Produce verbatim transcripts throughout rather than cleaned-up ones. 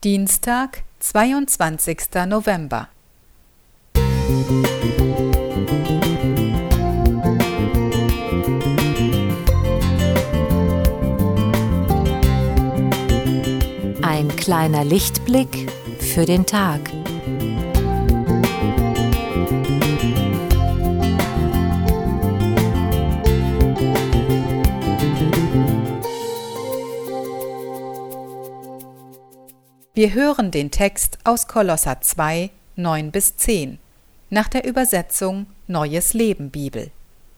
Dienstag, zweiundzwanzigster November. Ein kleiner Lichtblick für den Tag. Wir hören den Text aus Kolosser zwei, neun bis zehn, nach der Übersetzung Neues Leben Bibel.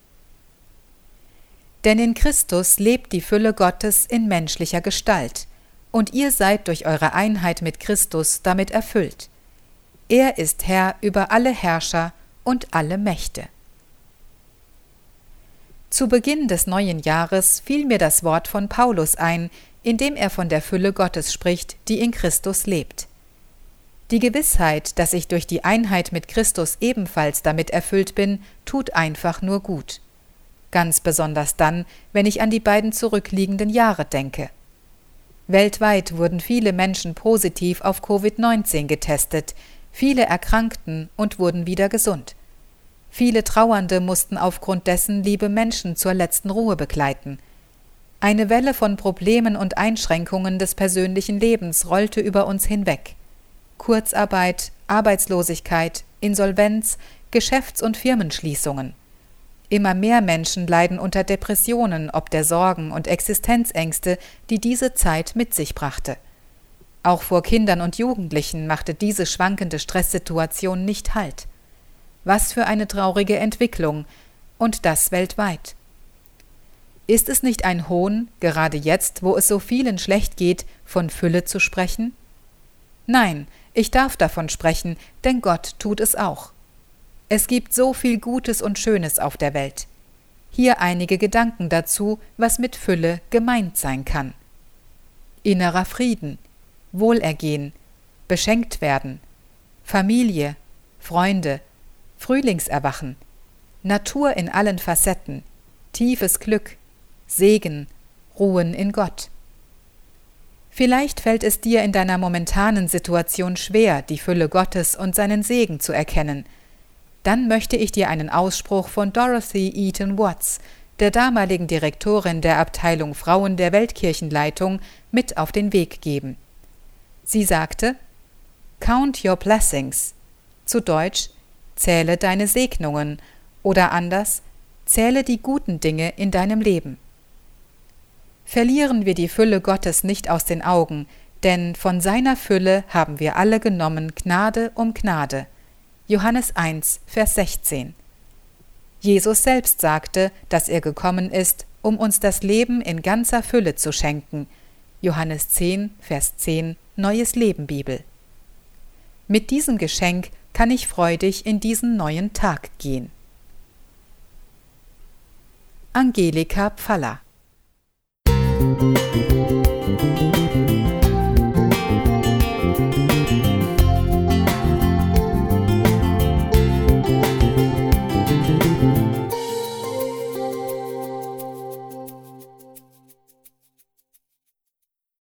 Denn in Christus lebt die Fülle Gottes in menschlicher Gestalt, und ihr seid durch eure Einheit mit Christus damit erfüllt. Er ist Herr über alle Herrscher und alle Mächte. Zu Beginn des neuen Jahres fiel mir das Wort von Paulus ein, in dem er von der Fülle Gottes spricht, die in Christus lebt. Die Gewissheit, dass ich durch die Einheit mit Christus ebenfalls damit erfüllt bin, tut einfach nur gut. Ganz besonders dann, wenn ich an die beiden zurückliegenden Jahre denke. Weltweit wurden viele Menschen positiv auf Covid neunzehn getestet, viele erkrankten und wurden wieder gesund. Viele Trauernde mussten aufgrund dessen liebe Menschen zur letzten Ruhe begleiten. Eine Welle von Problemen und Einschränkungen des persönlichen Lebens rollte über uns hinweg. Kurzarbeit, Arbeitslosigkeit, Insolvenz, Geschäfts- und Firmenschließungen. Immer mehr Menschen leiden unter Depressionen ob der Sorgen und Existenzängste, die diese Zeit mit sich brachte. Auch vor Kindern und Jugendlichen machte diese schwankende Stresssituation nicht Halt. Was für eine traurige Entwicklung, und das weltweit. Ist es nicht ein Hohn, gerade jetzt, wo es so vielen schlecht geht, von Fülle zu sprechen? Nein, ich darf davon sprechen, denn Gott tut es auch. Es gibt so viel Gutes und Schönes auf der Welt. Hier einige Gedanken dazu, was mit Fülle gemeint sein kann. Innerer Frieden, Wohlergehen, beschenkt werden, Familie, Freunde, Frühlingserwachen, Natur in allen Facetten, tiefes Glück, Segen, Ruhen in Gott. Vielleicht fällt es dir in deiner momentanen Situation schwer, die Fülle Gottes und seinen Segen zu erkennen. Dann möchte ich dir einen Ausspruch von Dorothy Eaton Watts, der damaligen Direktorin der Abteilung Frauen der Weltkirchenleitung, mit auf den Weg geben. Sie sagte: Count your blessings, zu Deutsch: Zähle deine Segnungen, oder anders: Zähle die guten Dinge in deinem Leben. Verlieren wir die Fülle Gottes nicht aus den Augen, denn von seiner Fülle haben wir alle genommen Gnade um Gnade. Johannes eins, Vers sechzehn. Jesus selbst sagte, dass er gekommen ist, um uns das Leben in ganzer Fülle zu schenken. Johannes zehn, Vers zehn, Neues Leben Bibel. Mit diesem Geschenk kann ich freudig in diesen neuen Tag gehen. Angelika Pfaller.